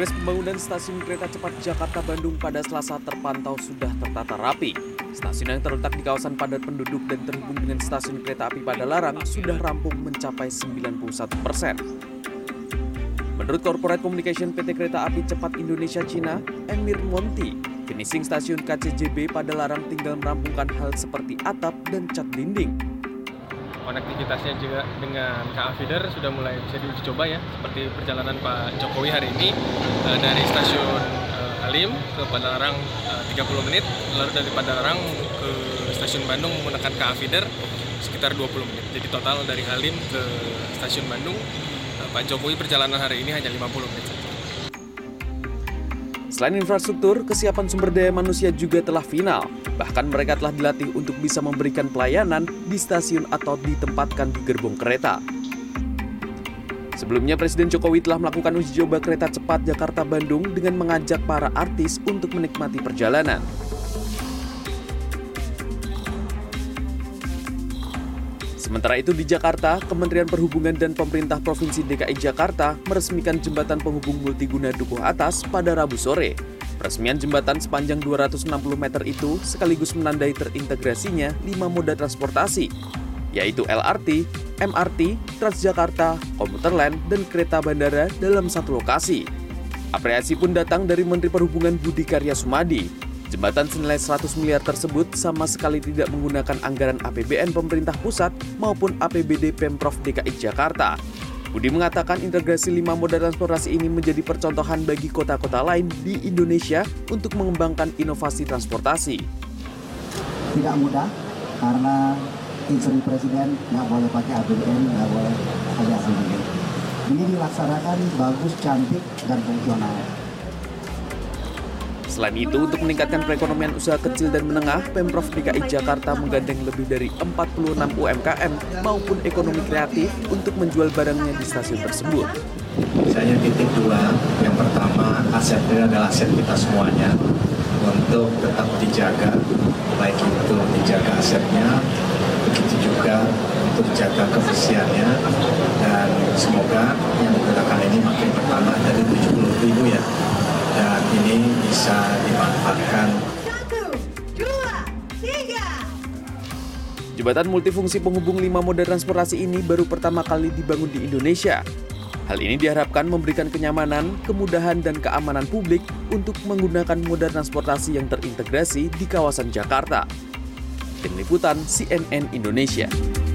Progres pembangunan stasiun kereta cepat Jakarta-Bandung pada Selasa terpantau sudah tertata rapi. Stasiun yang terletak di kawasan padat penduduk dan terhubung dengan stasiun kereta api Padalarang sudah rampung mencapai 91%. Menurut Corporate Communication PT Kereta Api Cepat Indonesia Cina, Emir Monti, finishing stasiun KCJB Padalarang tinggal merampungkan hal seperti atap dan cat dinding. Konektivitasnya juga dengan KA Feeder sudah mulai bisa diuji coba ya, seperti perjalanan Pak Jokowi hari ini dari stasiun Halim ke Padalarang 30 menit, lalu dari Padalarang ke stasiun Bandung menggunakan KA Feeder sekitar 20 menit. Jadi total dari Halim ke stasiun Bandung, Pak Jokowi perjalanan hari ini hanya 50 menit saja. Selain infrastruktur, kesiapan sumber daya manusia juga telah final. Bahkan mereka telah dilatih untuk bisa memberikan pelayanan di stasiun atau ditempatkan di gerbong kereta. Sebelumnya, Presiden Jokowi telah melakukan uji coba kereta cepat Jakarta-Bandung dengan mengajak para artis untuk menikmati perjalanan. Sementara itu di Jakarta, Kementerian Perhubungan dan Pemerintah Provinsi DKI Jakarta meresmikan jembatan penghubung multiguna Dukuh Atas pada Rabu sore. Peresmian jembatan sepanjang 260 meter itu sekaligus menandai terintegrasinya 5 moda transportasi, yaitu LRT, MRT, Transjakarta, Komuter Lain, dan kereta bandara dalam satu lokasi. Apresiasi pun datang dari Menteri Perhubungan Budi Karya Sumadi. Jembatan senilai 100 miliar tersebut sama sekali tidak menggunakan anggaran APBN pemerintah pusat maupun APBD Pemprov DKI Jakarta. Budi mengatakan integrasi 5 moda transportasi ini menjadi percontohan bagi kota-kota lain di Indonesia untuk mengembangkan inovasi transportasi. Tidak mudah karena instruksi Presiden nggak boleh pakai APBN, nggak boleh pakai APBD. Ini dilaksanakan bagus, cantik, dan fungsional. Selain itu, untuk meningkatkan perekonomian usaha kecil dan menengah, Pemprov DKI Jakarta menggandeng lebih dari 46 UMKM maupun ekonomi kreatif untuk menjual barangnya di stasiun tersebut. Misalnya titik 2, yang pertama asetnya adalah aset kita semuanya untuk tetap dijaga, baik itu dijaga asetnya, begitu juga untuk jaga kebersihannya, dan semoga yang menggunakan ini makin bertambah dari 70.000 ya. Dan ini bisa dimanfaatkan. 1, 2, 3. Jembatan multifungsi penghubung 5 moda transportasi ini baru pertama kali dibangun di Indonesia. Hal ini diharapkan memberikan kenyamanan, kemudahan, dan keamanan publik untuk menggunakan moda transportasi yang terintegrasi di kawasan Jakarta. Tim Liputan CNN Indonesia.